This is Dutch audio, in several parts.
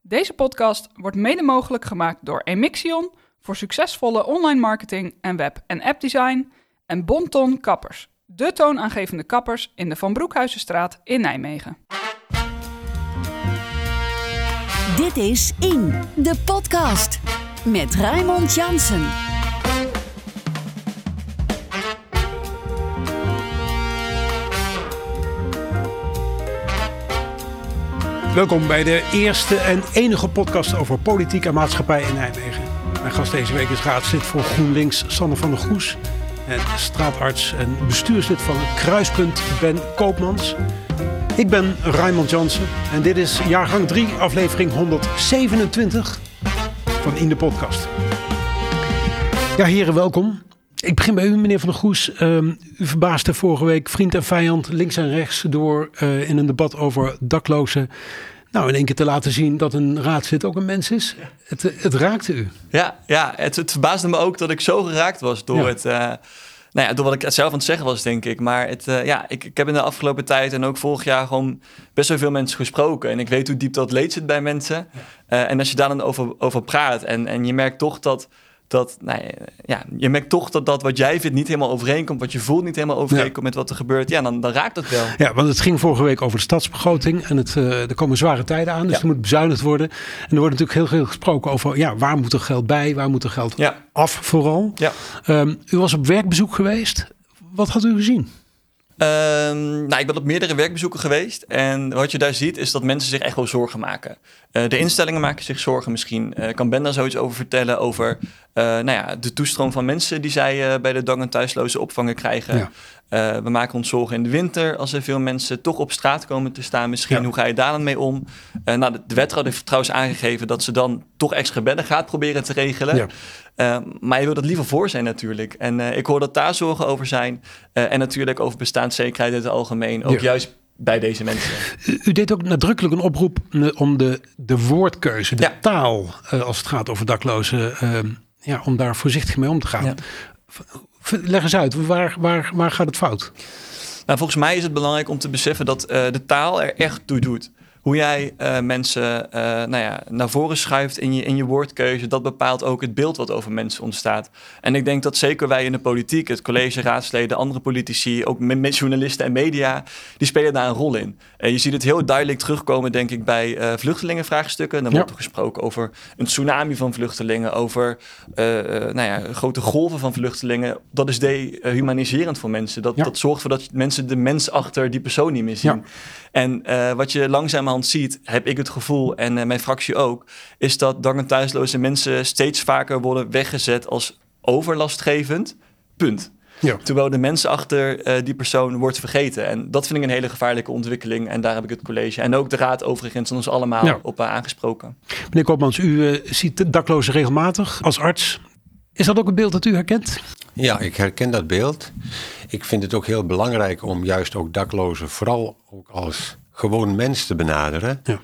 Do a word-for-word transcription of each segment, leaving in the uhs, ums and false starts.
Deze podcast wordt mede mogelijk gemaakt door Emixion voor succesvolle online marketing en web- en appdesign en Bonton Kappers, de toonaangevende kappers in de Van Broekhuizenstraat in Nijmegen. Dit is In, de podcast met Raymond Jansen. Welkom bij de eerste en enige podcast over politiek en maatschappij in Nijmegen. Mijn gast deze week is raadslid voor GroenLinks Sanne van der Goes. En straatarts en bestuurslid van het Kruispunt Ben Koopmans. Ik ben Raymond Jansen en dit is jaargang drie, aflevering honderdzevenentwintig van In de podcast. Ja, heren, welkom. Ik begin bij u, meneer Van der Goes. Um, u verbaasde vorige week vriend en vijand links en rechts door uh, in een debat over daklozen. Nou, in één keer te laten zien dat een raadslid ook een mens is. Ja. Het, het raakte u. Ja, ja het, het verbaasde me ook dat ik zo geraakt was door, ja. het, uh, nou ja, door wat ik zelf aan het zeggen was, denk ik. Maar het, uh, ja, ik, ik heb in de afgelopen tijd en ook vorig jaar gewoon best wel veel mensen gesproken. En ik weet hoe diep dat leed zit bij mensen. Ja. Uh, en als je daar dan over, over praat en, en je merkt toch dat... Dat, nou ja, je merkt toch dat dat wat jij vindt niet helemaal overeenkomt, wat je voelt niet helemaal overeenkomt ja. met wat er gebeurt. Ja, dan, dan raakt het wel. Ja, want het ging vorige week over de stadsbegroting en het, uh, er komen zware tijden aan, dus ja. er moet bezuinigd worden. En er wordt natuurlijk heel veel gesproken over, ja, waar moet er geld bij, waar moet er geld ja. af vooral. Ja. Um, u was op werkbezoek geweest. Wat had u gezien? Um, nou, ik ben op meerdere werkbezoeken geweest. En wat je daar ziet is dat mensen zich echt wel zorgen maken. Uh, de instellingen maken zich zorgen. Misschien uh, kan Ben daar zoiets over vertellen. Over uh, nou ja, de toestroom van mensen die zij uh, bij de dak- en thuisloze opvangen krijgen. Ja. Uh, we maken ons zorgen in de winter als er veel mensen toch op straat komen te staan. Misschien, ja. hoe ga je daar dan mee om? Uh, nou, de, de wethouder heeft trouwens aangegeven dat ze dan toch extra bedden gaat proberen te regelen. Ja. Uh, maar je wil dat liever voor zijn natuurlijk. En uh, ik hoor dat daar zorgen over zijn. Uh, en natuurlijk over bestaanszekerheid in het algemeen. Ook ja. juist bij deze mensen. U, u deed ook nadrukkelijk een oproep om de, de woordkeuze, de ja. taal, uh, als het gaat over daklozen, uh, ja, om daar voorzichtig mee om te gaan. Ja. Leg eens uit, waar, waar, waar gaat het fout? Nou, volgens mij is het belangrijk om te beseffen dat uh, de taal er echt toe doet. Hoe jij uh, mensen uh, nou ja, naar voren schuift in je, in je woordkeuze, dat bepaalt ook het beeld wat over mensen ontstaat. En ik denk dat zeker wij in de politiek, het college, raadsleden, andere politici, ook met journalisten en media, die spelen daar een rol in. Uh, je ziet het heel duidelijk terugkomen, denk ik, bij uh, vluchtelingenvraagstukken. Dan ja. wordt er gesproken over een tsunami van vluchtelingen, over uh, uh, nou ja, grote golven van vluchtelingen. Dat is dehumaniserend voor mensen. Dat, ja. dat zorgt ervoor dat mensen de mens achter die persoon niet meer zien. Ja. En uh, wat je langzamerhand ziet, heb ik het gevoel, en uh, mijn fractie ook, is dat dak- en thuisloze mensen steeds vaker worden weggezet als overlastgevend. Punt. Ja. Terwijl de mensen achter uh, die persoon wordt vergeten. En dat vind ik een hele gevaarlijke ontwikkeling. En daar heb ik het college en ook de raad overigens ons allemaal ja. op uh, aangesproken. Meneer Koopmans, u uh, ziet daklozen regelmatig als arts. Is dat ook een beeld dat u herkent? Ja, ik herken dat beeld. Ik vind het ook heel belangrijk om juist ook daklozen vooral ook als gewoon mens te benaderen. Ja.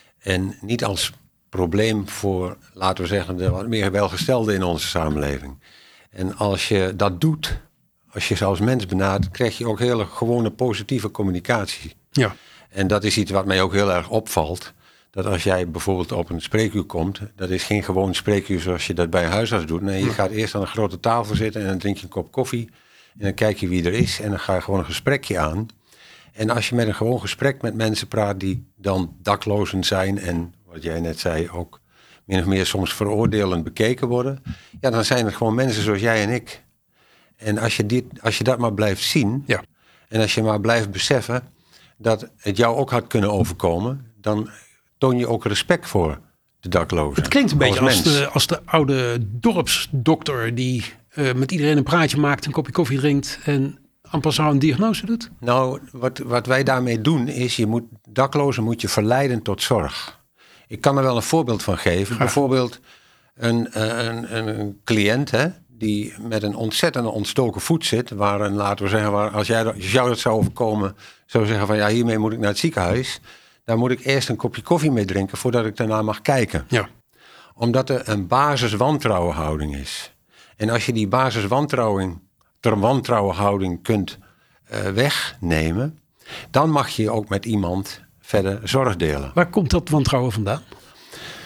En niet als probleem voor, laten we zeggen, de wat meer welgestelden in onze samenleving. En als je dat doet, als je ze als mens benadert, krijg je ook hele gewone positieve communicatie. Ja. En dat is iets wat mij ook heel erg opvalt. Dat als jij bijvoorbeeld op een spreekuur komt, dat is geen gewoon spreekuur zoals je dat bij een huisarts doet. Nee, je gaat eerst aan een grote tafel zitten en dan drink je een kop koffie. En dan kijk je wie er is en dan ga je gewoon een gesprekje aan. En als je met een gewoon gesprek met mensen praat die dan daklozen zijn en wat jij net zei ook min of meer soms veroordelend bekeken worden. Ja, dan zijn het gewoon mensen zoals jij en ik. En als je, dit, als je dat maar blijft zien ja. en als je maar blijft beseffen dat het jou ook had kunnen overkomen, dan toon je ook respect voor de daklozen. Het klinkt een beetje als, als, de, als de oude dorpsdokter die uh, met iedereen een praatje maakt, een kopje koffie drinkt en en passant een diagnose doet? Nou, wat, wat wij daarmee doen is, je moet daklozen moet je verleiden tot zorg. Ik kan er wel een voorbeeld van geven. Graag. Bijvoorbeeld een, een, een cliënt hè, die met een ontzettend ontstoken voet zit, waar een, laten we zeggen, waar, als, jij, als jou dat zou overkomen, zou zeggen van ja, hiermee moet ik naar het ziekenhuis. Daar moet ik eerst een kopje koffie mee drinken voordat ik daarna mag kijken. Ja. Omdat er een basiswantrouwenhouding is. En als je die basiswantrouwing, ter wantrouwenhouding kunt uh, wegnemen, dan mag je ook met iemand verder zorg delen. Waar komt dat wantrouwen vandaan?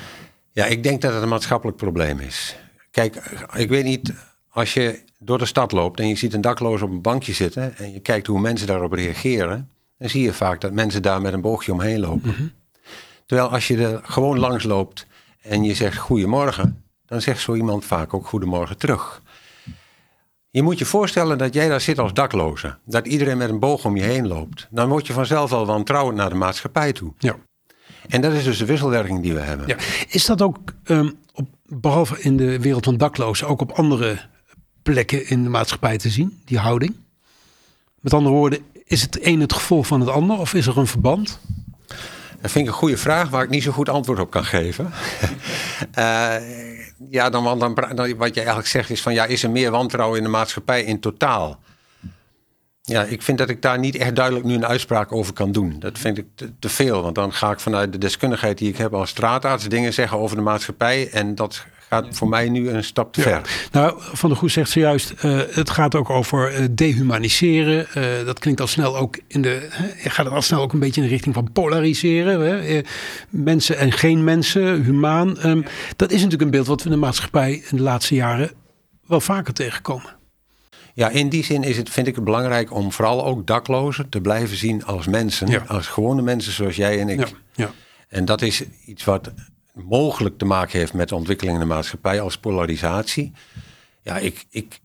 Ja, ik denk dat het een maatschappelijk probleem is. Kijk, ik weet niet, als je door de stad loopt en je ziet een dakloze op een bankje zitten en je kijkt hoe mensen daarop reageren, dan zie je vaak dat mensen daar met een boogje omheen lopen. Mm-hmm. Terwijl als je er gewoon langs loopt en je zegt goedemorgen, dan zegt zo iemand vaak ook goedemorgen terug. Je moet je voorstellen dat jij daar zit als dakloze. Dat iedereen met een boog om je heen loopt. Dan word je vanzelf al wantrouwend naar de maatschappij toe. Ja. En dat is dus de wisselwerking die we hebben. Ja. Is dat ook, um, op, behalve in de wereld van daklozen, ook op andere plekken in de maatschappij te zien, die houding? Met andere woorden, is het een het gevolg van het ander of is er een verband? Dat vind ik een goede vraag waar ik niet zo goed antwoord op kan geven. uh, ja, dan, dan, dan, wat je eigenlijk zegt is van ja, is er meer wantrouwen in de maatschappij in totaal? Ja, ik vind dat ik daar niet echt duidelijk nu een uitspraak over kan doen. Dat vind ik te, te veel, want dan ga ik vanuit de deskundigheid die ik heb als straatarts dingen zeggen over de maatschappij en dat gaat voor mij nu een stap te ja. ver. Nou, Van der Goes zegt zojuist, uh, het gaat ook over uh, dehumaniseren. Uh, dat klinkt al snel ook in de, uh, gaat het al snel ook een beetje in de richting van polariseren. Uh, mensen en geen mensen, humaan. Um, ja. Dat is natuurlijk een beeld wat we in de maatschappij in de laatste jaren wel vaker tegenkomen. Ja, in die zin is het, vind ik het belangrijk om vooral ook daklozen te blijven zien als mensen. Ja. Als gewone mensen zoals jij en ik. Ja. Ja. En dat is iets wat mogelijk te maken heeft met de ontwikkeling in de maatschappij als polarisatie. Ja, ik, ik,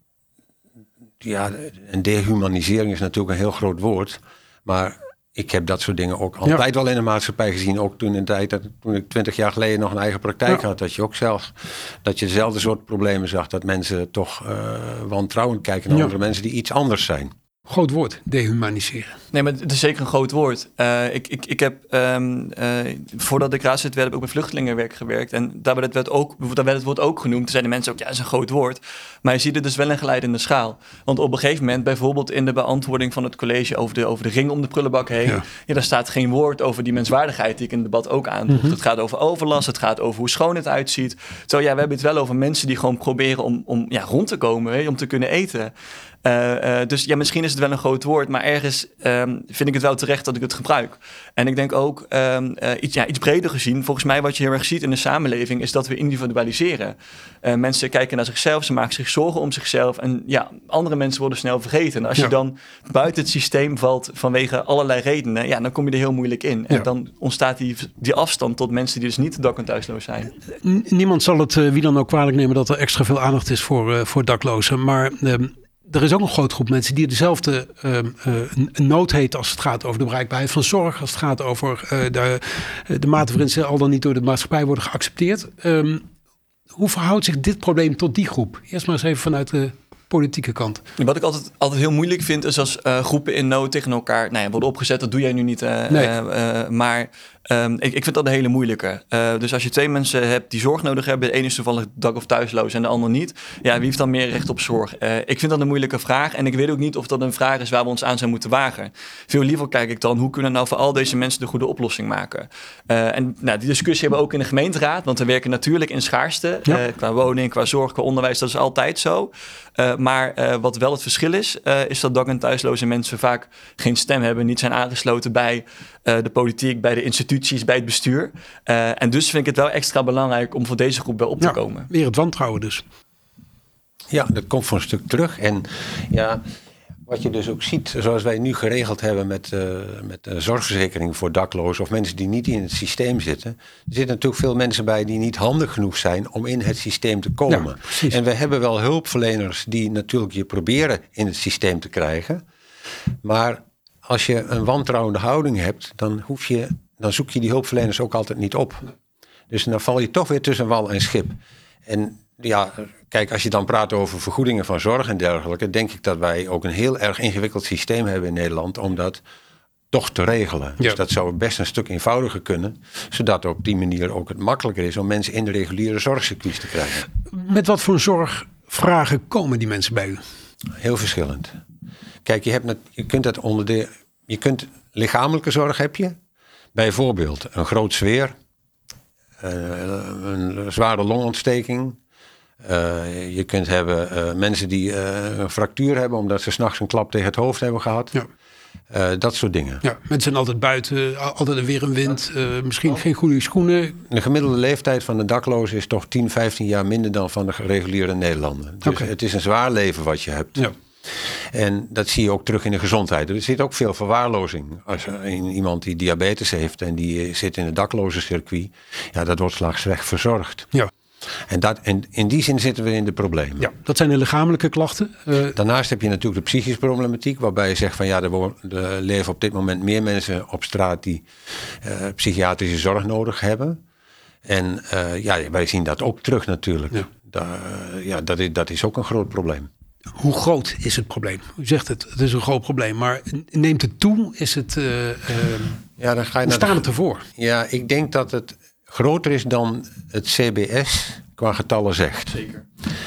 ja, en dehumanisering is natuurlijk een heel groot woord. Maar ik heb dat soort dingen ook altijd ja. wel in de maatschappij gezien. Ook toen in de tijd dat toen ik twintig jaar geleden nog een eigen praktijk ja. had. Dat je ook zelf, dat je dezelfde soort problemen zag. Dat mensen toch uh, wantrouwend kijken naar ja. andere mensen die iets anders zijn. Groot woord, dehumaniseren. Nee, maar het is zeker een groot woord. Uh, ik, ik, ik heb, um, uh, voordat ik raadslid werd, heb ik ook met vluchtelingenwerk gewerkt. En daar werd het, ook, daar werd het woord ook genoemd. Toen zeiden mensen ook, ja, dat is een groot woord. Maar je ziet het dus wel een glijdende schaal. Want op een gegeven moment, bijvoorbeeld in de beantwoording van het college over de, over de ring om de prullenbak heen. Ja. Ja, daar staat geen woord over die menswaardigheid die ik in het debat ook aandroeg. Mm-hmm. Het gaat over overlast, het gaat over hoe schoon het uitziet. Zo ja, we hebben het wel over mensen die gewoon proberen om, om ja, rond te komen, hè, om te kunnen eten. Uh, uh, dus ja, misschien is het wel een groot woord, maar ergens um, vind ik het wel terecht dat ik het gebruik. En ik denk ook, um, uh, iets, ja, iets breder gezien, volgens mij wat je heel erg ziet in de samenleving, is dat we individualiseren. Uh, mensen kijken naar zichzelf, ze maken zich zorgen om zichzelf en ja, andere mensen worden snel vergeten. En als ja. je dan buiten het systeem valt vanwege allerlei redenen, ja, dan kom je er heel moeilijk in. En ja. dan ontstaat die, die afstand tot mensen die dus niet dak- en thuisloos zijn. Niemand zal het uh, wie dan ook kwalijk nemen dat er extra veel aandacht is voor, uh, voor daklozen, maar Um, er is ook een grote groep mensen die dezelfde uh, uh, nood heeft als het gaat over de bereikbaarheid van zorg, als het gaat over uh, de, de mate waarin ze al dan niet door de maatschappij worden geaccepteerd. Um, hoe verhoudt zich dit probleem tot die groep? Eerst maar eens even vanuit de politieke kant. Wat ik altijd, altijd heel moeilijk vind is als uh, groepen in nood tegen elkaar nou ja, worden opgezet. Dat doe jij nu niet. Uh, nee. uh, uh, maar um, ik, ik vind dat een hele moeilijke. Uh, dus als je twee mensen hebt die zorg nodig hebben. De ene is toevallig dak- of thuisloos en de ander niet. Ja, wie heeft dan meer recht op zorg? Uh, ik vind dat een moeilijke vraag. En ik weet ook niet of dat een vraag is waar we ons aan zouden moeten wagen. Veel liever kijk ik dan, hoe kunnen we nou voor al deze mensen de goede oplossing maken? Uh, en nou, die discussie hebben we ook in de gemeenteraad. Want we werken natuurlijk in schaarste. Ja. Uh, qua woning, qua zorg, qua onderwijs. Dat is altijd zo. Uh, maar uh, wat wel het verschil is, uh, is dat dak- en thuisloze mensen vaak geen stem hebben, niet zijn aangesloten bij uh, de politiek, bij de instituties, bij het bestuur. Uh, en dus vind ik het wel extra belangrijk om voor deze groep bij op te ja, komen. Weer het wantrouwen dus. Ja, dat komt voor een stuk terug. En ja, wat je dus ook ziet, zoals wij nu geregeld hebben met, uh, met uh, zorgverzekering voor daklozen of mensen die niet in het systeem zitten. Er zitten natuurlijk veel mensen bij die niet handig genoeg zijn om in het systeem te komen. Ja, en we hebben wel hulpverleners die natuurlijk je proberen in het systeem te krijgen. Maar als je een wantrouwende houding hebt, dan, hoef je, dan zoek je die hulpverleners ook altijd niet op. Dus dan val je toch weer tussen wal en schip. En ja, kijk, als je dan praat over vergoedingen van zorg en dergelijke, denk ik dat wij ook een heel erg ingewikkeld systeem hebben in Nederland om dat toch te regelen. Ja. Dus dat zou best een stuk eenvoudiger kunnen, zodat op die manier ook het makkelijker is om mensen in de reguliere zorgcircuits te krijgen. Met wat voor zorgvragen komen die mensen bij u? Heel verschillend. Kijk, je, hebt net, je kunt dat onder de, je kunt lichamelijke zorg heb je, bijvoorbeeld een groot zweer, uh, een zware longontsteking. Uh, je kunt hebben uh, mensen die uh, een fractuur hebben omdat ze 's nachts een klap tegen het hoofd hebben gehad. Ja. Uh, dat soort dingen. Ja, mensen zijn altijd buiten, altijd weer een wind, uh, misschien geen goede schoenen. De gemiddelde leeftijd van de daklozen is toch tien, vijftien jaar minder dan van de reguliere Nederlander. Dus okay. Het is een zwaar leven wat je hebt. Ja. En dat zie je ook terug in de gezondheid. Er zit ook veel verwaarlozing. Als er iemand die diabetes heeft en die zit in het daklozencircuit, ja, dat wordt slecht verzorgd. Ja. En, dat, en in die zin zitten we in de problemen. Ja, dat zijn de lichamelijke klachten. Uh... Daarnaast heb je natuurlijk de psychische problematiek, waarbij je zegt van ja, er, wo- er leven op dit moment meer mensen op straat die uh, psychiatrische zorg nodig hebben. En uh, ja, wij zien dat ook terug natuurlijk. Ja. Da, uh, ja, dat, is, dat is ook een groot probleem. Hoe groot is het probleem? U zegt het, het is een groot probleem, maar neemt het toe? Is het, uh, uh, ja, dan ga je hoe staat de, het ervoor? Ja, ik denk dat het groter is dan het C B S qua getallen zegt. Zeker.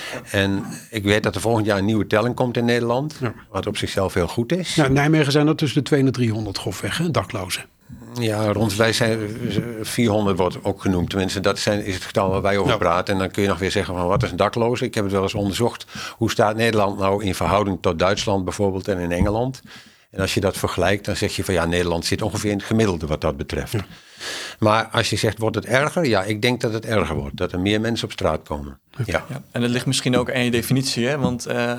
En ik weet dat er volgend jaar een nieuwe telling komt in Nederland, ja. Wat op zichzelf heel goed is. Ja, in Nijmegen zijn er tussen de tweehonderd en driehonderd grofweg, hè, daklozen. Ja, rond wij zijn vierhonderd wordt ook genoemd. Tenminste, dat zijn, is het getal waar wij over ja. praten. En dan kun je nog weer zeggen van wat is een dakloze? Ik heb het wel eens onderzocht. Hoe staat Nederland nou in verhouding tot Duitsland bijvoorbeeld en in Engeland? En als je dat vergelijkt, dan zeg je van ja, Nederland zit ongeveer in het gemiddelde wat dat betreft. Ja. Maar als je zegt, wordt het erger? Ja, ik denk dat het erger wordt. Dat er meer mensen op straat komen. Ja. Ja, en dat ligt misschien ook aan je definitie. Hè? Want uh,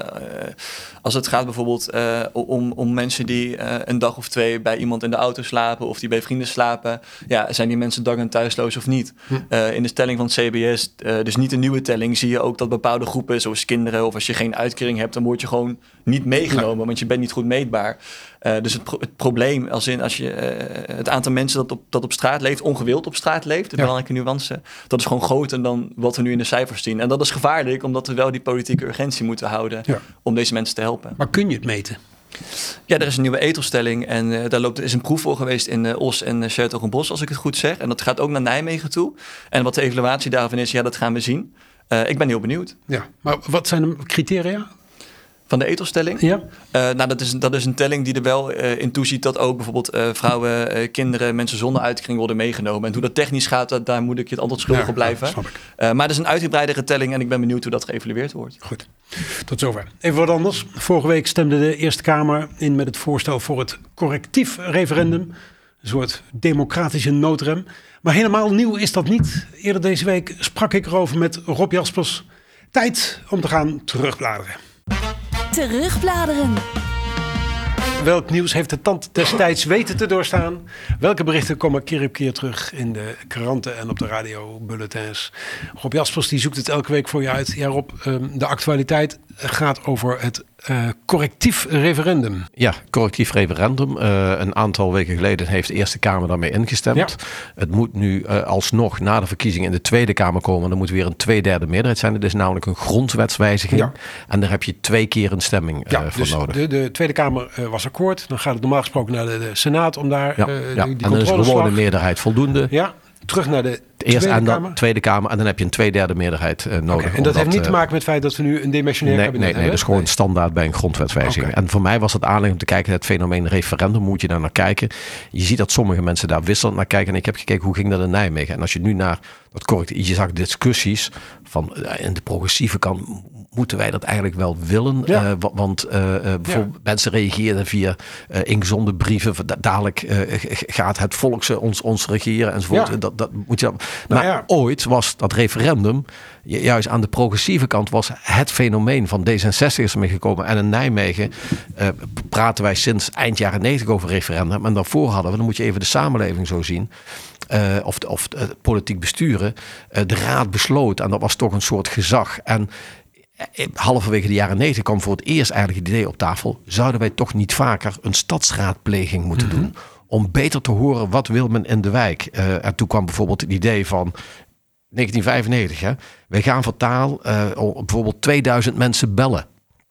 als het gaat bijvoorbeeld uh, om, om mensen die uh, een dag of twee bij iemand in de auto slapen of die bij vrienden slapen. Ja, zijn die mensen dak- en thuisloos of niet? Hm. Uh, in de stelling van het C B S, uh, dus niet een nieuwe telling, zie je ook dat bepaalde groepen, zoals kinderen of als je geen uitkering hebt, dan word je gewoon niet meegenomen, ja. want je bent niet goed meetbaar. Uh, dus het, pro- het probleem, als in als je uh, het aantal mensen dat op, dat op straat leeft, ongewild op straat leeft, de ja. belangrijke nuance, dat is gewoon groter dan wat we nu in de cijfers zien. En dat is gevaarlijk, omdat we wel die politieke urgentie moeten houden ja. om deze mensen te helpen. Maar kun je het meten? Ja, er is een nieuwe ethelstelling en uh, daar loopt, is een proef voor geweest in uh, Os en uh, 's-Hertogenbosch, als ik het goed zeg. En dat gaat ook naar Nijmegen toe. En wat de evaluatie daarvan is, ja, dat gaan we zien. Uh, ik ben heel benieuwd. Ja, maar wat zijn de criteria? Van de ethelstelling? Ja. Uh, nou, dat is, dat is een telling die er wel uh, in toeziet dat ook bijvoorbeeld uh, vrouwen, uh, kinderen, mensen zonder uitkering worden meegenomen. En hoe dat technisch gaat, dat, daar moet ik je het antwoord schuldig ja, op blijven. Ja, uh, maar het is een uitgebreidere telling en ik ben benieuwd hoe dat geëvalueerd wordt. Goed, tot zover. Even wat anders. Vorige week stemde de Eerste Kamer in met het voorstel voor het correctief referendum. Een soort democratische noodrem. Maar helemaal nieuw is dat niet. Eerder deze week sprak ik erover met Rob Jaspers. Tijd om te gaan terugbladeren. Terugbladeren. Welk nieuws heeft de tand destijds weten te doorstaan? Welke berichten komen keer op keer terug in de kranten en op de radiobulletins? Rob Jaspers die zoekt het elke week voor je uit. Ja Rob, de actualiteit gaat over het uh, correctief referendum. Ja, correctief referendum. Uh, een aantal weken geleden heeft de Eerste Kamer daarmee ingestemd. Ja. Het moet nu uh, alsnog na de verkiezingen in de Tweede Kamer komen. Er moet weer een tweederde meerderheid zijn. Het is namelijk een grondwetswijziging. Ja. En daar heb je twee keer een stemming uh, ja, voor dus nodig. De, de Tweede Kamer uh, was akkoord. Dan gaat het normaal gesproken naar de, de Senaat om daar ja, uh, ja. die, die en dan is gewoon een meerderheid voldoende. Ja, terug naar de Eerst Tweede en dan Kamer. Tweede Kamer en dan heb je een tweederde meerderheid uh, nodig. Okay, en dat heeft niet te maken met het feit dat we nu een demissionair nee, kabinet nee, nee, hebben? Nee, dat is gewoon nee. standaard bij een grondwetswijziging. Okay. En voor mij was het aanleiding om te kijken naar het fenomeen referendum. Moet je daar naar kijken. Je ziet dat sommige mensen daar wisselend naar kijken. En ik heb gekeken hoe ging dat in Nijmegen. En als je nu naar dat correct, je zag discussies van in de progressieve kant. Moeten wij dat eigenlijk wel willen? Ja. Uh, want uh, uh, bijvoorbeeld ja. mensen reageerden via uh, ingezonde brieven. Dadelijk uh, gaat het volk ons, ons regeren enzovoort. Ja. Dat, dat moet je, maar nou ja. ooit was dat referendum, juist aan de progressieve kant, was het fenomeen van D zesenzestig is ermee gekomen. En in Nijmegen uh, praten wij sinds eind jaren negentig over referendum. En daarvoor hadden we, dan moet je even de samenleving zo zien. Uh, of of uh, politiek besturen. Uh, de raad besloot. En dat was toch een soort gezag. En halverwege de jaren negentig kwam voor het eerst eigenlijk het idee op tafel. Zouden wij toch niet vaker een stadsraadpleging moeten mm-hmm. doen? Om beter te horen wat wil men in de wijk. Uh, en toen kwam bijvoorbeeld het idee van negentien vijfennegentig. Hè? Wij gaan voor taal uh, bijvoorbeeld tweeduizend mensen bellen.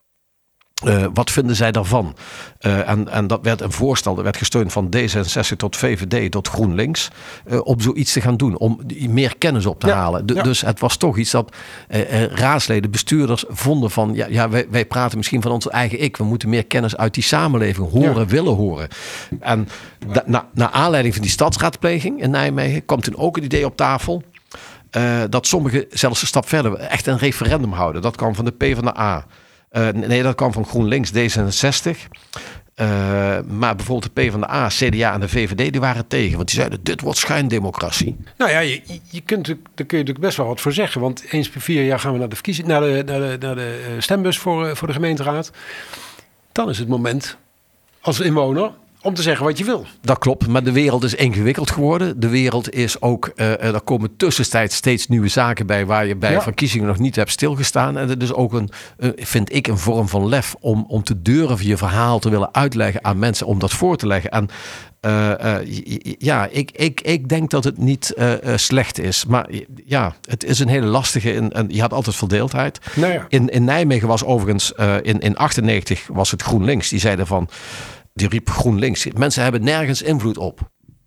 Uh, wat vinden zij daarvan? Uh, en, en dat werd een voorstel, dat werd gesteund van D zesenzestig tot V V D tot GroenLinks. Uh, om zoiets te gaan doen, om meer kennis op te ja, halen. D- ja. Dus het was toch iets dat uh, uh, raadsleden, bestuurders vonden van... ja, ja wij, wij praten misschien van ons eigen ik. We moeten meer kennis uit die samenleving horen, ja. willen horen. En da, na, naar aanleiding van die stadsraadpleging in Nijmegen... kwam toen ook het idee op tafel... uh, dat sommigen zelfs een stap verder echt een referendum houden. Dat kwam van de PvdA. Uh, nee, dat kwam van GroenLinks, D zesenzestig. Uh, maar bijvoorbeeld de PvdA, C D A en de V V D, die waren tegen. Want die zeiden, dit wordt schijndemocratie. Nou ja, je, je kunt, daar kun je natuurlijk best wel wat voor zeggen. Want eens per vier jaar gaan we naar de, verkiezing, naar de, naar de, naar de stembus voor, voor de gemeenteraad. Dan is het moment als inwoner om te zeggen wat je wil. Dat klopt, maar de wereld is ingewikkeld geworden. De wereld is ook, uh, er komen tussentijds steeds nieuwe zaken bij waar je bij ja. verkiezingen nog niet hebt stilgestaan. En het is ook een, uh, vind ik, een vorm van lef om, om te durven je verhaal te willen uitleggen aan mensen, om dat voor te leggen. En uh, uh, ja, ik, ik, ik denk dat het niet uh, uh, slecht is. Maar ja, het is een hele lastige, en, en je had altijd verdeeldheid. Nou ja. in, in Nijmegen was overigens, uh, in, in achtennegentig was het GroenLinks. Die zeiden van, die riep GroenLinks. Mensen hebben nergens invloed op.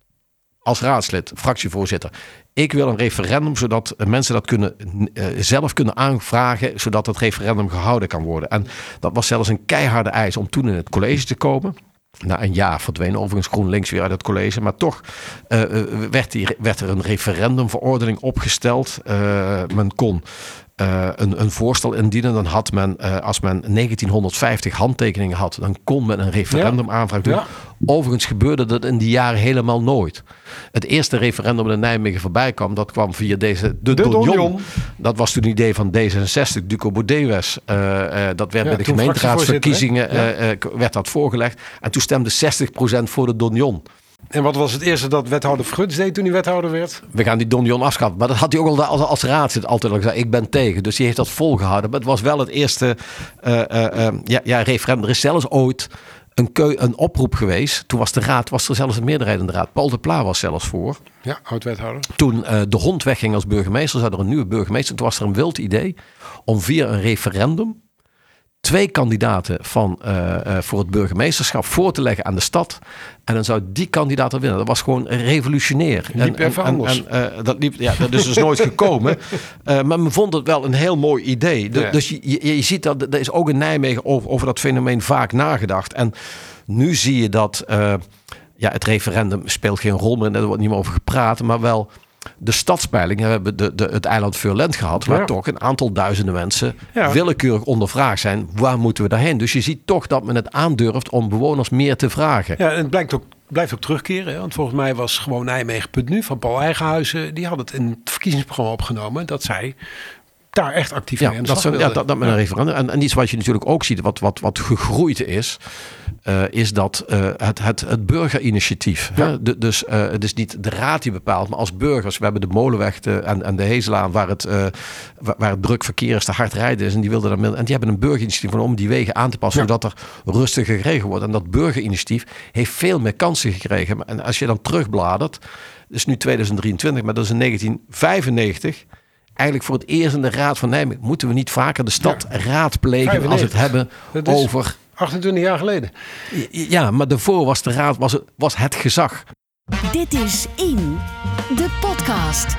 Als raadslid, fractievoorzitter. Ik wil een referendum zodat mensen dat kunnen, uh, zelf kunnen aanvragen, zodat het referendum gehouden kan worden. En dat was zelfs een keiharde eis om toen in het college te komen. Na een jaar verdween overigens GroenLinks weer uit het college. Maar toch uh, werd, die, werd er een referendumverordening opgesteld. Uh, men kon Uh, een, een voorstel indienen, dan had men, uh, als men negentienhonderdvijftig handtekeningen had, dan kon men een referendumaanvraag doen. Ja. Overigens gebeurde dat in die jaren helemaal nooit. Het eerste referendum dat in Nijmegen voorbij kwam, dat kwam via deze, de, de Donjon. Donjon. Dat was toen een idee van D zesenzestig, Duco Baudet. Uh, uh, dat werd ja, bij de gemeenteraadsverkiezingen ja. uh, uh, werd dat voorgelegd. En toen stemde zestig procent voor de Donjon. En wat was het eerste dat wethouder Fruts deed toen hij wethouder werd? We gaan die Donjon afschaffen. Maar dat had hij ook al als, als raadslid altijd al gezegd. Ik ben tegen. Dus die heeft dat volgehouden. Maar het was wel het eerste uh, uh, uh, ja, ja, referendum. Er is zelfs ooit een, keu, een oproep geweest. Toen was de raad, was er zelfs een meerderheid in de raad. Paul de Pla was zelfs voor. Ja, oud-wethouder. Toen uh, de Hond wegging als burgemeester, zou er een nieuwe burgemeester. Toen was er een wild idee om via een referendum twee kandidaten van, uh, uh, voor het burgemeesterschap voor te leggen aan de stad. En dan zou die kandidaat er winnen. Dat was gewoon revolutionair. Liep en, even en, anders. En, uh, dat, liep, ja, dat is dus nooit gekomen. Uh, maar men vond het wel een heel mooi idee. De, ja. Dus je, je, je ziet dat er is ook in Nijmegen over, over dat fenomeen vaak nagedacht. En nu zie je dat uh, ja, het referendum speelt geen rol meer. Er wordt niet meer over gepraat. Maar wel de stadspeiling. We hebben de, de, het eiland Veurland gehad. Waar ja. toch een aantal duizenden mensen ja. willekeurig ondervraagd zijn. Waar moeten we daarheen? Dus je ziet toch dat men het aandurft om bewoners meer te vragen. Ja, en het blijkt ook, blijft ook terugkeren. Hè? Want volgens mij was gewoon Nijmegen.nu van Paul Eigenhuizen. Die had het in het verkiezingsprogramma opgenomen. Dat zij daar echt actief ja, mee aan de dat slag ze, ja, dat, dat met een referendum. En, en iets wat je natuurlijk ook ziet, wat, wat, wat gegroeid is, uh, is dat uh, het, het, het burgerinitiatief. Ja. Hè? De, dus uh, het is niet de raad die bepaalt, maar als burgers. We hebben de Molenweg de, en, en de Hezelaan, waar het, uh, waar het druk verkeer is, te hard rijden is. En die wilden dan, en die hebben een burgerinitiatief om die wegen aan te passen, ja. zodat er rustiger gereden wordt. En dat burgerinitiatief heeft veel meer kansen gekregen. En als je dan terugbladert, het is nu tweeduizend drieëntwintig, maar dat is in negentien vijfennegentig. Eigenlijk voor het eerst in de Raad van Nijmegen moeten we niet vaker de stad ja. raadplegen vijfennegentig als we het hebben over achtentwintig jaar geleden. Ja, maar daarvoor was de raad was het, was het gezag. Dit is In, de podcast.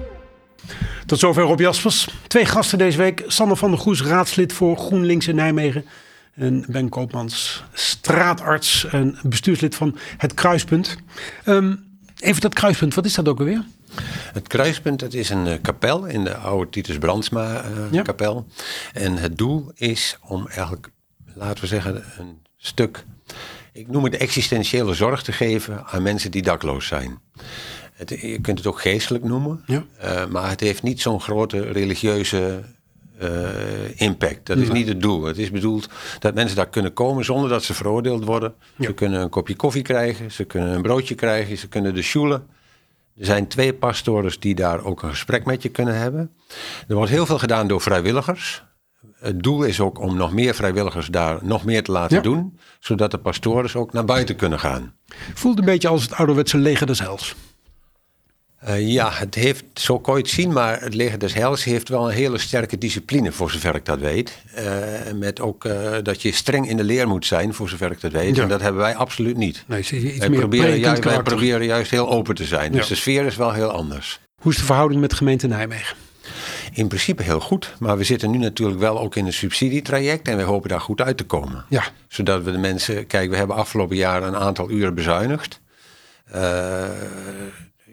Tot zover Rob Jaspers. Twee gasten deze week. Sander van der Goes, raadslid voor GroenLinks in Nijmegen. En Ben Koopmans, straatarts en bestuurslid van Het Kruispunt. Um, even dat Kruispunt, wat is dat ook alweer? Het Kruispunt, het is een uh, kapel in de oude Titus Brandsma uh, ja. kapel. En het doel is om eigenlijk, laten we zeggen, een stuk, ik noem het existentiële zorg te geven aan mensen die dakloos zijn. Het, je kunt het ook geestelijk noemen, ja. uh, maar het heeft niet zo'n grote religieuze uh, impact. Dat is ja. niet het doel. Het is bedoeld dat mensen daar kunnen komen zonder dat ze veroordeeld worden. Ja. Ze kunnen een kopje koffie krijgen, ze kunnen een broodje krijgen, ze kunnen de sjoelen. Er zijn twee pastors die daar ook een gesprek met je kunnen hebben. Er wordt heel veel gedaan door vrijwilligers. Het doel is ook om nog meer vrijwilligers daar nog meer te laten ja. doen. Zodat de pastors ook naar buiten kunnen gaan. Voelt een beetje als het ouderwetse leger des Heils. Uh, ja, het heeft, zo kon je het zien, maar het leger des Heils heeft wel een hele sterke discipline, voor zover ik dat weet. Uh, met ook uh, dat je streng in de leer moet zijn, voor zover ik dat weet. Ja. En dat hebben wij absoluut niet. Nee, iets wij, meer proberen juist, wij proberen juist heel open te zijn. Ja. Dus de sfeer is wel heel anders. Hoe is de verhouding met de gemeente Nijmegen? In principe heel goed, maar we zitten nu natuurlijk wel ook in een subsidietraject en we hopen daar goed uit te komen. Ja. Zodat we de mensen, kijk, we hebben afgelopen jaar een aantal uren bezuinigd. Uh,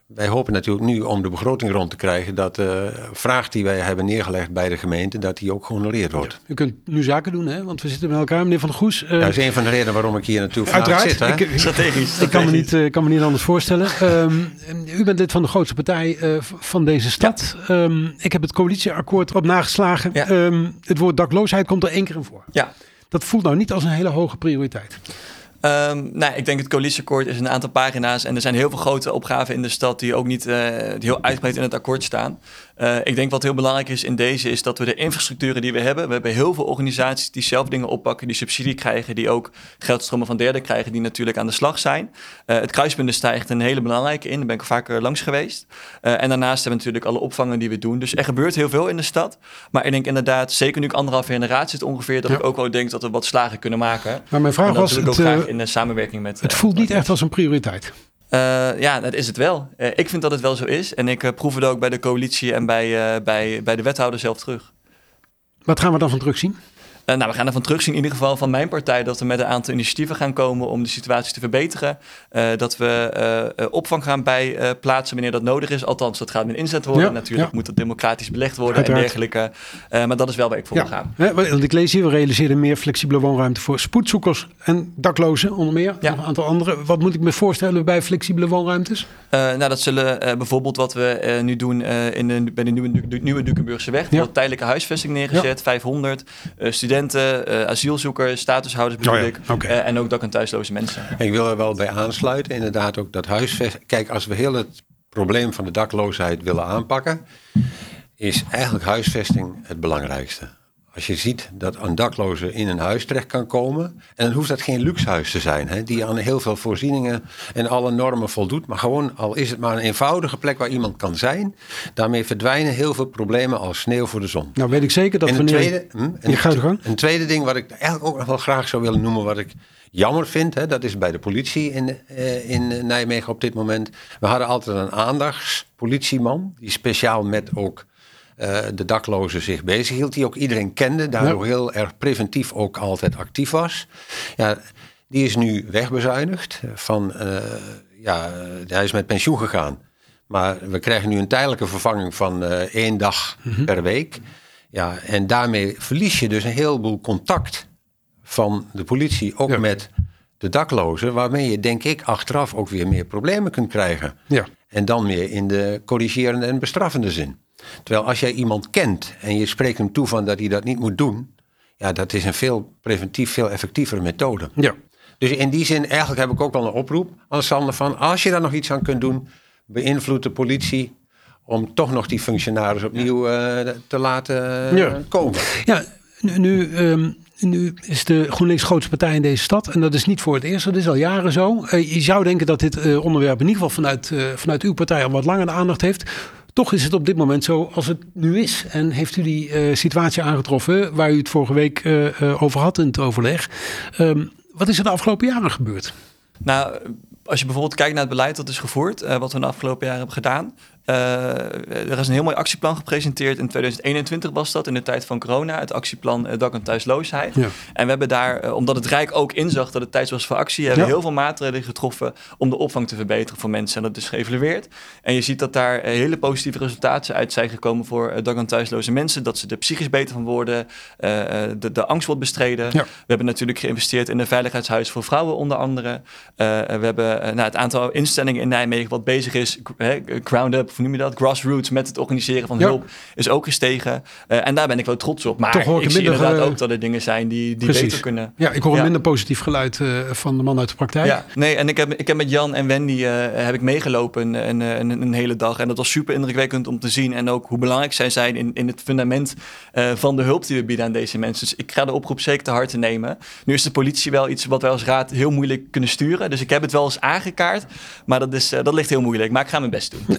wij hopen natuurlijk nu om de begroting rond te krijgen dat de vraag die wij hebben neergelegd bij de gemeente, dat die ook gehonoreerd wordt. Ja, u kunt nu zaken doen, hè? Want we zitten met elkaar, meneer Van der Goes. Uh, ja, dat is een van de redenen waarom ik hier natuurlijk vandaag zit. Hè? Ik, strategisch. Ik kan me niet, uh, kan me niet anders voorstellen. Um, u bent lid van de grootste partij uh, van deze stad. Ja. Um, ik heb het coalitieakkoord op nageslagen. Ja. Um, het woord dakloosheid komt er één keer in voor. Ja. Dat voelt nou niet als een hele hoge prioriteit. Um, nou, ik denk het coalitieakkoord is een aantal pagina's en er zijn heel veel grote opgaven in de stad die ook niet uh, die heel uitgebreid in het akkoord staan. Uh, ik denk wat heel belangrijk is in deze is dat we de infrastructuren die we hebben, we hebben heel veel organisaties die zelf dingen oppakken, die subsidie krijgen, die ook geldstromen van derden krijgen, die natuurlijk aan de slag zijn. Uh, het kruispunt is daar echt een hele belangrijke in, daar ben ik vaker langs geweest. Uh, en daarnaast hebben we natuurlijk alle opvangen die we doen. Dus er gebeurt heel veel in de stad. Maar ik denk inderdaad, zeker nu ik anderhalf generatie zit ongeveer, dat ja. ik ook wel denk dat we wat slagen kunnen maken. Maar mijn vraag was, het, uh, in de samenwerking met... Het voelt uh, niet echt als een prioriteit. Uh, ja, dat is het wel. Uh, ik vind dat het wel zo is. En ik uh, proef het ook bij de coalitie en bij, uh, bij, bij de wethouder zelf terug. Wat gaan we dan van terugzien? Uh, nou, we gaan ervan terugzien, in ieder geval van mijn partij, dat we met een aantal initiatieven gaan komen om de situatie te verbeteren. Uh, dat we uh, opvang gaan bij uh, plaatsen wanneer dat nodig is. Althans, dat gaat met inzet worden. Ja, Natuurlijk ja. moet dat democratisch belegd worden Uiteraard. en dergelijke. Uh, maar dat is wel waar ik voor ja. wil gaan. Ja, want ik lees hier, we realiseren meer flexibele woonruimte voor spoedzoekers en daklozen, onder meer. Ja. Nog een aantal andere. Wat moet ik me voorstellen bij flexibele woonruimtes? Uh, nou, dat zullen uh, bijvoorbeeld wat we uh, nu doen uh, in de, bij de nieuwe, de, nieuwe Dukenburgse weg. Ja. Tijdelijke huisvesting neergezet, ja. vijfhonderd uh, studenten, uh, asielzoekers, statushouders bedoel oh ja. ik. Okay. Uh, en ook dak- en thuisloze mensen. Ik wil er wel bij aansluiten. Inderdaad ook dat huisvesting. Kijk, als we heel het probleem van de dakloosheid willen aanpakken, is eigenlijk huisvesting het belangrijkste. Als je ziet dat een dakloze in een huis terecht kan komen, en dan hoeft dat geen luxe huis te zijn, hè, die aan heel veel voorzieningen en alle normen voldoet, maar gewoon, al is het maar een eenvoudige plek waar iemand kan zijn, daarmee verdwijnen heel veel problemen als sneeuw voor de zon. Nou weet ik zeker dat en wanneer... Tweede, hm, en je gaat er gang. Een tweede ding wat ik eigenlijk ook nog wel graag zou willen noemen, wat ik jammer vind, hè, dat is bij de politie in, uh, in Nijmegen op dit moment. We hadden altijd een aandachtspolitieman, die speciaal met ook Uh, de daklozen zich bezig hield, die ook iedereen kende, daardoor ja. heel erg preventief ook altijd actief was. Ja, die is nu wegbezuinigd. Van, uh, ja, hij is met pensioen gegaan. Maar we krijgen nu een tijdelijke vervanging van uh, één dag mm-hmm. per week. Ja, en daarmee verlies je dus een heleboel contact van de politie, ook ja. met de daklozen, waarmee je denk ik achteraf ook weer meer problemen kunt krijgen. Ja. En dan meer in de corrigerende en bestraffende zin. Terwijl als jij iemand kent en je spreekt hem toe van dat hij dat niet moet doen, ja, dat is een veel preventief, veel effectievere methode. Ja. Dus in die zin, eigenlijk heb ik ook wel een oproep aan Sander van, als je daar nog iets aan kunt doen, beïnvloed de politie om toch nog die functionaris opnieuw uh, te laten uh, ja. komen. Ja, nu, nu, um, nu is de GroenLinks grootste partij in deze stad en dat is niet voor het eerst, dat is al jaren zo. Uh, je zou denken dat dit uh, onderwerp in ieder geval vanuit, uh, vanuit uw partij al wat langer de aandacht heeft. Toch is het op dit moment zo als het nu is. En heeft u die uh, situatie aangetroffen waar u het vorige week uh, uh, over had in het overleg. Um, wat is er de afgelopen jaren gebeurd? Nou, als je bijvoorbeeld kijkt naar het beleid dat is gevoerd, uh, wat we de afgelopen jaren hebben gedaan. Uh, er is een heel mooi actieplan gepresenteerd. In tweeduizend eenentwintig was dat, in de tijd van corona. Het actieplan uh, dak- en thuisloosheid. Ja. En we hebben daar, uh, omdat het Rijk ook inzag dat het tijd was voor actie, hebben we ja. heel veel maatregelen getroffen om de opvang te verbeteren voor mensen. En dat is geëvalueerd. En je ziet dat daar uh, hele positieve resultaten uit zijn gekomen voor uh, dak- en thuisloze mensen. Dat ze er psychisch beter van worden. Uh, de, de angst wordt bestreden. Ja. We hebben natuurlijk geïnvesteerd in een veiligheidshuis voor vrouwen onder andere. Uh, we hebben uh, nou, het aantal instellingen in Nijmegen wat bezig is, uh, ground up, hoe noem je dat? Grassroots met het organiseren van hulp ja. is ook gestegen. Uh, en daar ben ik wel trots op. Maar ik, ik zie inderdaad uh, ook dat er dingen zijn die, die beter kunnen. Ja, ik hoor een ja. minder positief geluid uh, van de man uit de praktijk. Ja, nee, en ik heb, ik heb met Jan en Wendy uh, heb ik meegelopen een, een, een, een hele dag. En dat was super indrukwekkend om te zien. En ook hoe belangrijk zij zijn in, in het fundament uh, van de hulp die we bieden aan deze mensen. Dus ik ga de oproep zeker te harte nemen. Nu is de politie wel iets wat wij als raad heel moeilijk kunnen sturen. Dus ik heb het wel eens aangekaart. Maar dat, is, uh, dat ligt heel moeilijk. Maar ik ga mijn best doen. Nou,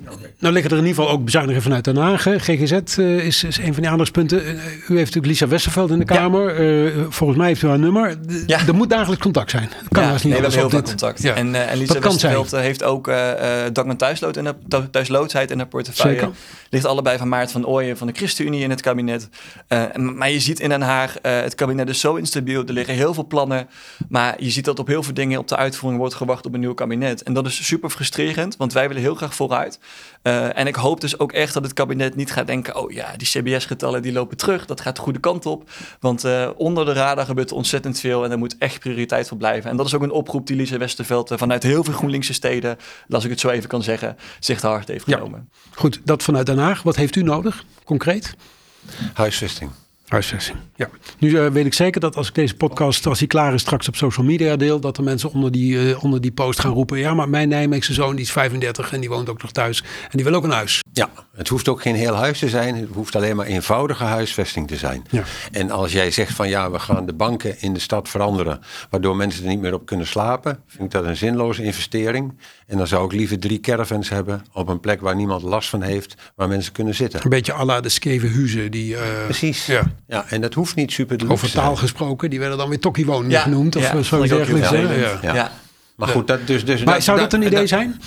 Nou liggen er in ieder geval ook bezuinigingen vanuit Den Haag. G G Z uh, is, is een van die aandachtspunten. Uh, u heeft natuurlijk Lisa Westerveld in de Kamer. Ja. Uh, volgens mij heeft u haar nummer. D- ja. Er moet dagelijks contact zijn. Dat kan ja, niet nee, we hebben heel veel dit. contact. Ja. En, uh, en Lisa Westerveld heeft ook uh, Dagmar Thuislood en Thuisloosheid in haar portefeuille. Zeker. Ligt allebei van Maart van Ooyen van de ChristenUnie in het kabinet. Uh, maar je ziet in Den Haag, uh, het kabinet is zo instabiel. Er liggen heel veel plannen. Maar je ziet dat op heel veel dingen op de uitvoering wordt gewacht op een nieuw kabinet. En dat is super frustrerend, want wij willen heel graag vooruit. Uh, en ik hoop dus ook echt dat het kabinet niet gaat denken... oh ja, die C B S-getallen die lopen terug. Dat gaat de goede kant op. Want uh, onder de radar gebeurt er ontzettend veel... en er moet echt prioriteit voor blijven. En dat is ook een oproep die Lisa Westerveld... Uh, vanuit heel veel GroenLinkse steden, als ik het zo even kan zeggen... zich te hard heeft genomen. Ja. Goed, dat vanuit Den Haag. Wat heeft u nodig, concreet? Huisvesting. Huisvesting, ja. Nu uh, weet ik zeker dat als ik deze podcast, als die klaar is, straks op social media deel, dat de mensen onder die, uh, onder die post gaan roepen, ja, maar mijn Nijmeegse zoon die is vijfendertig en die woont ook nog thuis en die wil ook een huis. Ja, het hoeft ook geen heel huis te zijn. Het hoeft alleen maar eenvoudige huisvesting te zijn. Ja. En als jij zegt van ja, we gaan de banken in de stad veranderen, waardoor mensen er niet meer op kunnen slapen, vind ik dat een zinloze investering. En dan zou ik liever drie caravans hebben op een plek waar niemand last van heeft, waar mensen kunnen zitten. Een beetje à la de scheve huizen. Die, uh, Precies. Ja. Ja, en dat hoeft niet super luxe. Over taal gesproken, die werden dan weer tokkiewoningen ja, genoemd. Of ja, zoiets dergelijks. Ja, ja. Ja. Ja. Maar goed, dat dus... dus maar dat, zou dat een idee dat, zijn?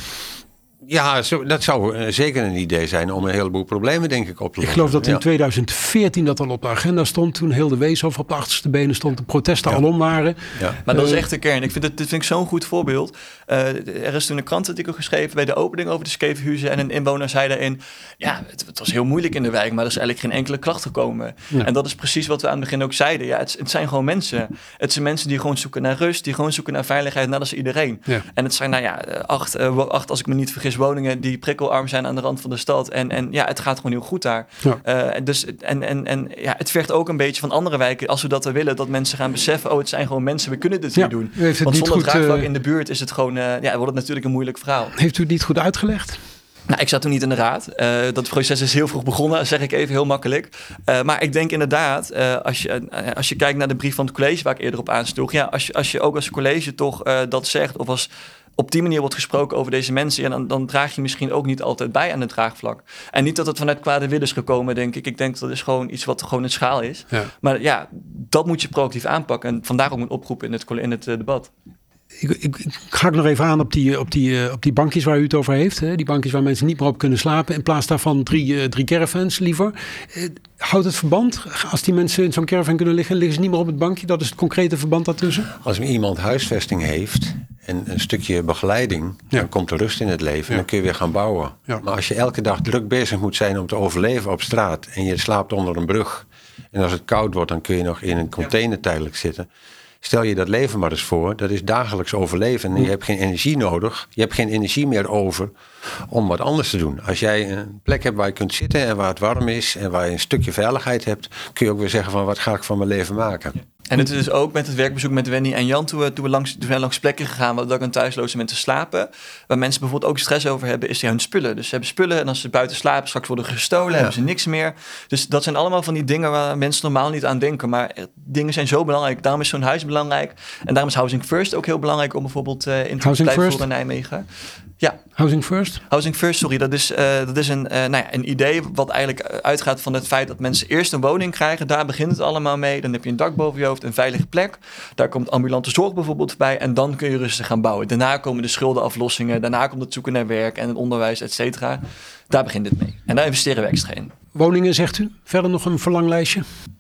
Ja, zo, dat zou uh, zeker een idee zijn om een heleboel problemen denk ik op te lossen. Ik geloof dat in ja. tweeduizend veertien dat al op de agenda stond. Toen heel de Weeshof op de achterste benen stond. De protesten ja. alom waren. Ja. Maar dat is echt de kern. Ik vind het, dit vind ik zo'n goed voorbeeld. Uh, er is toen een krantartikel geschreven bij de opening over de scheve huizen. En een inwoner zei daarin... Ja, het, het was heel moeilijk in de wijk, maar er is eigenlijk geen enkele klacht gekomen. Ja. En dat is precies wat we aan het begin ook zeiden. Ja, het, het zijn gewoon mensen. Het zijn mensen die gewoon zoeken naar rust. Die gewoon zoeken naar veiligheid. Net als iedereen. Ja. En het zijn, nou ja, acht, uh, acht, als ik me niet vergis, woningen die prikkelarm zijn aan de rand van de stad. En, en ja, het gaat gewoon heel goed daar. Ja. Uh, dus, en en, en ja, het vergt ook een beetje van andere wijken, als we dat willen, dat mensen gaan beseffen, oh, het zijn gewoon mensen, we kunnen dit ja, niet doen. Want zonder goed, draagvlak uh, in de buurt is het gewoon, uh, ja, wordt het natuurlijk een moeilijk verhaal. Heeft u het niet goed uitgelegd? Nou, ik zat toen niet in de raad. Uh, dat proces is heel vroeg begonnen, zeg ik even heel makkelijk. Uh, maar ik denk inderdaad, uh, als, je, uh, als je kijkt naar de brief van het college waar ik eerder op aansloeg, ja, als je, als je ook als college toch uh, dat zegt, of als op die manier wordt gesproken over deze mensen, ja, dan, dan draag je misschien ook niet altijd bij aan het draagvlak. En niet dat het vanuit kwade wil is gekomen, denk ik. Ik denk dat is gewoon iets wat gewoon een schaal is. Ja. Maar ja, dat moet je proactief aanpakken. En vandaar ook een oproep in het, in het uh, debat. Ik, ik, ik ga nog even aan op die, op, die, op die bankjes waar u het over heeft. Hè? Die bankjes waar mensen niet meer op kunnen slapen. In plaats daarvan drie, uh, drie caravans liever. Uh, houdt het verband? Als die mensen in zo'n caravan kunnen liggen, liggen ze niet meer op het bankje? Dat is het concrete verband daartussen? Als iemand huisvesting heeft en een stukje begeleiding, ja. dan komt er rust in het leven. Ja. Dan kun je weer gaan bouwen. Ja. Maar als je elke dag druk bezig moet zijn om te overleven op straat en je slaapt onder een brug en als het koud wordt, dan kun je nog in een container tijdelijk zitten. Stel je dat leven maar eens voor, dat is dagelijks overleven. En je hebt geen energie nodig. Je hebt geen energie meer over om wat anders te doen. Als jij een plek hebt waar je kunt zitten en waar het warm is en waar je een stukje veiligheid hebt, kun je ook weer zeggen van wat ga ik van mijn leven maken. Ja. En het is dus ook met het werkbezoek met Wendy en Jan, toen we, toen we langs, toen we langs plekken gegaan waar ook aan thuisloze mensen slapen, waar mensen bijvoorbeeld ook stress over hebben, is ja hun spullen. Dus ze hebben spullen en als ze buiten slapen, straks worden gestolen, ja. hebben ze niks meer. Dus dat zijn allemaal van die dingen waar mensen normaal niet aan denken. Maar dingen zijn zo belangrijk. Daarom is zo'n huis belangrijk. En daarom is Housing First ook heel belangrijk om bijvoorbeeld uh, in te blijven voeren in Nijmegen. Ja. Housing First? Housing First, sorry. Dat is, uh, dat is een, uh, nou ja, een idee wat eigenlijk uitgaat van het feit dat mensen eerst een woning krijgen. Daar begint het allemaal mee. Dan heb je een dak boven je hoofd, een veilige plek. Daar komt ambulante zorg bijvoorbeeld bij. En dan kun je rustig gaan bouwen. Daarna komen de schuldenaflossingen. Daarna komt het zoeken naar werk en het onderwijs, et cetera. Daar begint het mee. En daar investeren we extra in. Woningen, zegt u? Verder nog een verlanglijstje?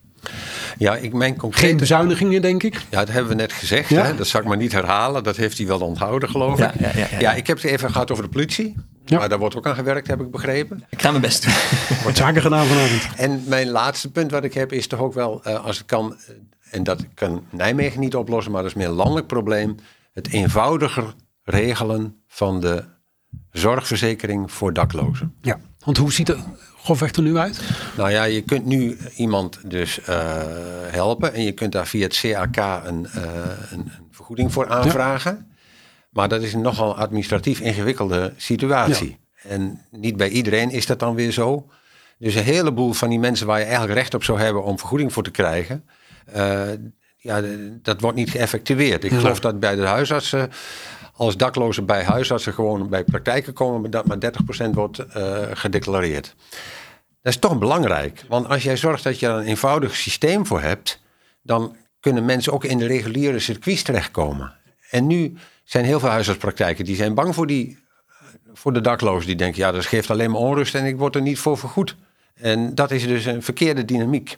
Ja, ik mijn concrete... Geen bezuinigingen, denk ik? Ja, dat hebben we net gezegd. Ja? Hè? Dat zal ik maar niet herhalen. Dat heeft hij wel onthouden, geloof ja, ik. Ja, ja, ja, ja. ja, ik heb het even gehad over de politie. Ja. Maar daar wordt ook aan gewerkt, heb ik begrepen. Ik ga mijn best doen. Wordt zaken gedaan vanavond. En mijn laatste punt wat ik heb is toch ook wel, uh, als het kan, uh, en dat kan Nijmegen niet oplossen, maar dat is meer een landelijk probleem, het eenvoudiger regelen van de zorgverzekering voor daklozen. Ja, want hoe ziet het grofweg er nu uit? Nou ja, je kunt nu iemand dus uh, helpen en je kunt daar via het C A K een, uh, een, een vergoeding voor aanvragen. Ja. Maar dat is een nogal administratief ingewikkelde situatie. Ja. En niet bij iedereen is dat dan weer zo. Dus een heleboel van die mensen waar je eigenlijk recht op zou hebben om vergoeding voor te krijgen, uh, ja, dat wordt niet geëffectueerd. Ik Ja. geloof dat bij de huisartsen, als daklozen bij huisartsen gewoon bij praktijken komen, dat maar dertig procent wordt uh, gedeclareerd. Dat is toch belangrijk. Want als jij zorgt dat je er een eenvoudig systeem voor hebt, dan kunnen mensen ook in de reguliere circuits terechtkomen. En nu zijn heel veel huisartspraktijken die zijn bang voor, die, voor de daklozen. Die denken, ja, dat geeft alleen maar onrust en ik word er niet voor vergoed. En dat is dus een verkeerde dynamiek.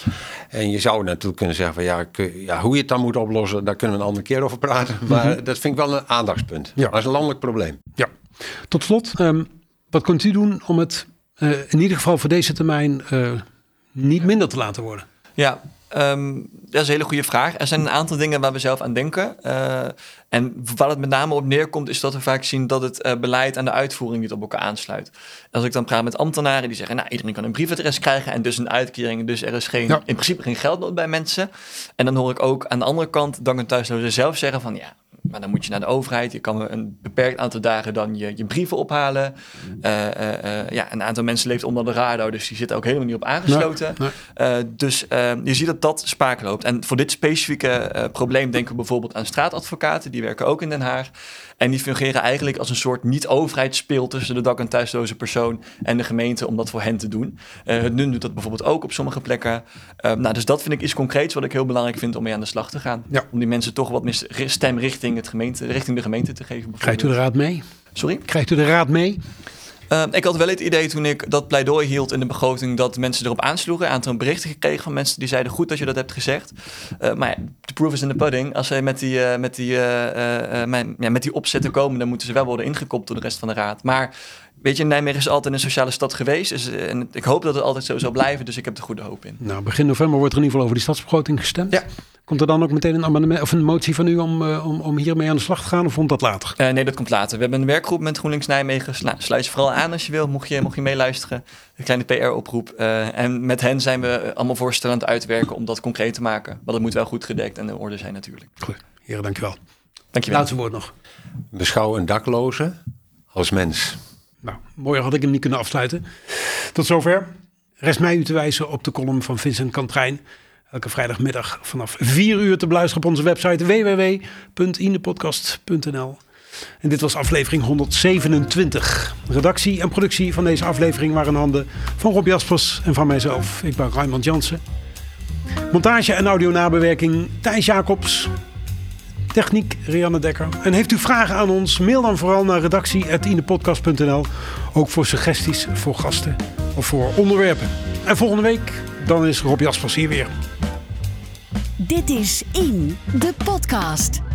En je zou natuurlijk kunnen zeggen, van, ja, ja, hoe je het dan moet oplossen, daar kunnen we een andere keer over praten. Maar mm-hmm. dat vind ik wel een aandachtspunt. Ja. Dat is een landelijk probleem. Ja. Tot slot, um, wat kunt u doen om het uh, in ieder geval voor deze termijn uh, niet minder te laten worden? Ja, um, dat is een hele goede vraag. Er zijn een aantal dingen waar we zelf aan denken. Uh, en waar het met name op neerkomt, is dat we vaak zien dat het uh, beleid en de uitvoering niet op elkaar aansluit. Als ik dan praat met ambtenaren die zeggen, nou, iedereen kan een briefadres krijgen en dus een uitkering. Dus er is geen, ja. in principe geen geldnood bij mensen. En dan hoor ik ook aan de andere kant dak- en thuislozen zelf zeggen van, ja, maar dan moet je naar de overheid. Je kan een beperkt aantal dagen dan je, je brieven ophalen. Uh, uh, uh, ja, een aantal mensen leeft onder de radar, dus die zitten ook helemaal niet op aangesloten. Nee, nee. Uh, dus uh, je ziet dat dat spaak loopt. En voor dit specifieke uh, probleem denken we bijvoorbeeld aan straatadvocaten. Die werken ook in Den Haag. En die fungeren eigenlijk als een soort niet-overheidsspeel tussen de dak- en thuisloze persoon en de gemeente om dat voor hen te doen. Uh, het N U N doet dat bijvoorbeeld ook op sommige plekken. Uh, nou, dus dat vind ik iets concreets wat ik heel belangrijk vind om mee aan de slag te gaan. Ja. Om die mensen toch wat meer stem richting, het gemeente, richting de gemeente te geven. Krijgt u de raad mee? Sorry? Krijgt u de raad mee? Uh, ik had wel het idee toen ik dat pleidooi hield in de begroting dat mensen erop aansloegen. Een aantal berichten gekregen van mensen die zeiden goed dat je dat hebt gezegd. Uh, maar ja, the proof is in the pudding. Als zij met die, uh, met die, uh, uh, mijn, ja, met die opzetten komen, dan moeten ze wel worden ingekopt door de rest van de raad. Maar weet je, Nijmegen is altijd een sociale stad geweest. Dus, uh, en ik hoop dat het altijd zo zal blijven. Dus ik heb er goede hoop in. Nou, begin november wordt er in ieder geval over die stadsbegroting gestemd. Ja. Komt er dan ook meteen een amendement of een motie van u om, uh, om, om hiermee aan de slag te gaan? Of komt dat later? Uh, nee, dat komt later. We hebben een werkgroep met GroenLinks Nijmegen. Nou, sluit je vooral aan als je wil, mocht je, mocht je meeluisteren. Een kleine P R-oproep. Uh, en met hen zijn we allemaal voorstellen aan het uitwerken om dat concreet te maken. Want het moet wel goed gedekt en in orde zijn natuurlijk. Goed, heren, dankjewel. Dankjewel. Laatste woord nog. Beschouw een dakloze als mens. Nou, mooier had ik hem niet kunnen afsluiten. Tot zover. Rest mij u te wijzen op de column van Vincent Kantrijn. Elke vrijdagmiddag vanaf vier uur te beluisteren op onze website w w w punt indepodcast punt n l. En dit was aflevering honderdzevenentwintig. Redactie en productie van deze aflevering waren in handen van Rob Jaspers en van mijzelf. Ik ben Raymond Jansen. Montage en audio-nabewerking Thijs Jacobs. Techniek Rianne Dekker. En heeft u vragen aan ons? Mail dan vooral naar redactie apenstaartje indepodcast punt n l. Ook voor suggesties, voor gasten of voor onderwerpen. En volgende week, dan is Rob Jaspers hier weer. Dit is In, de podcast.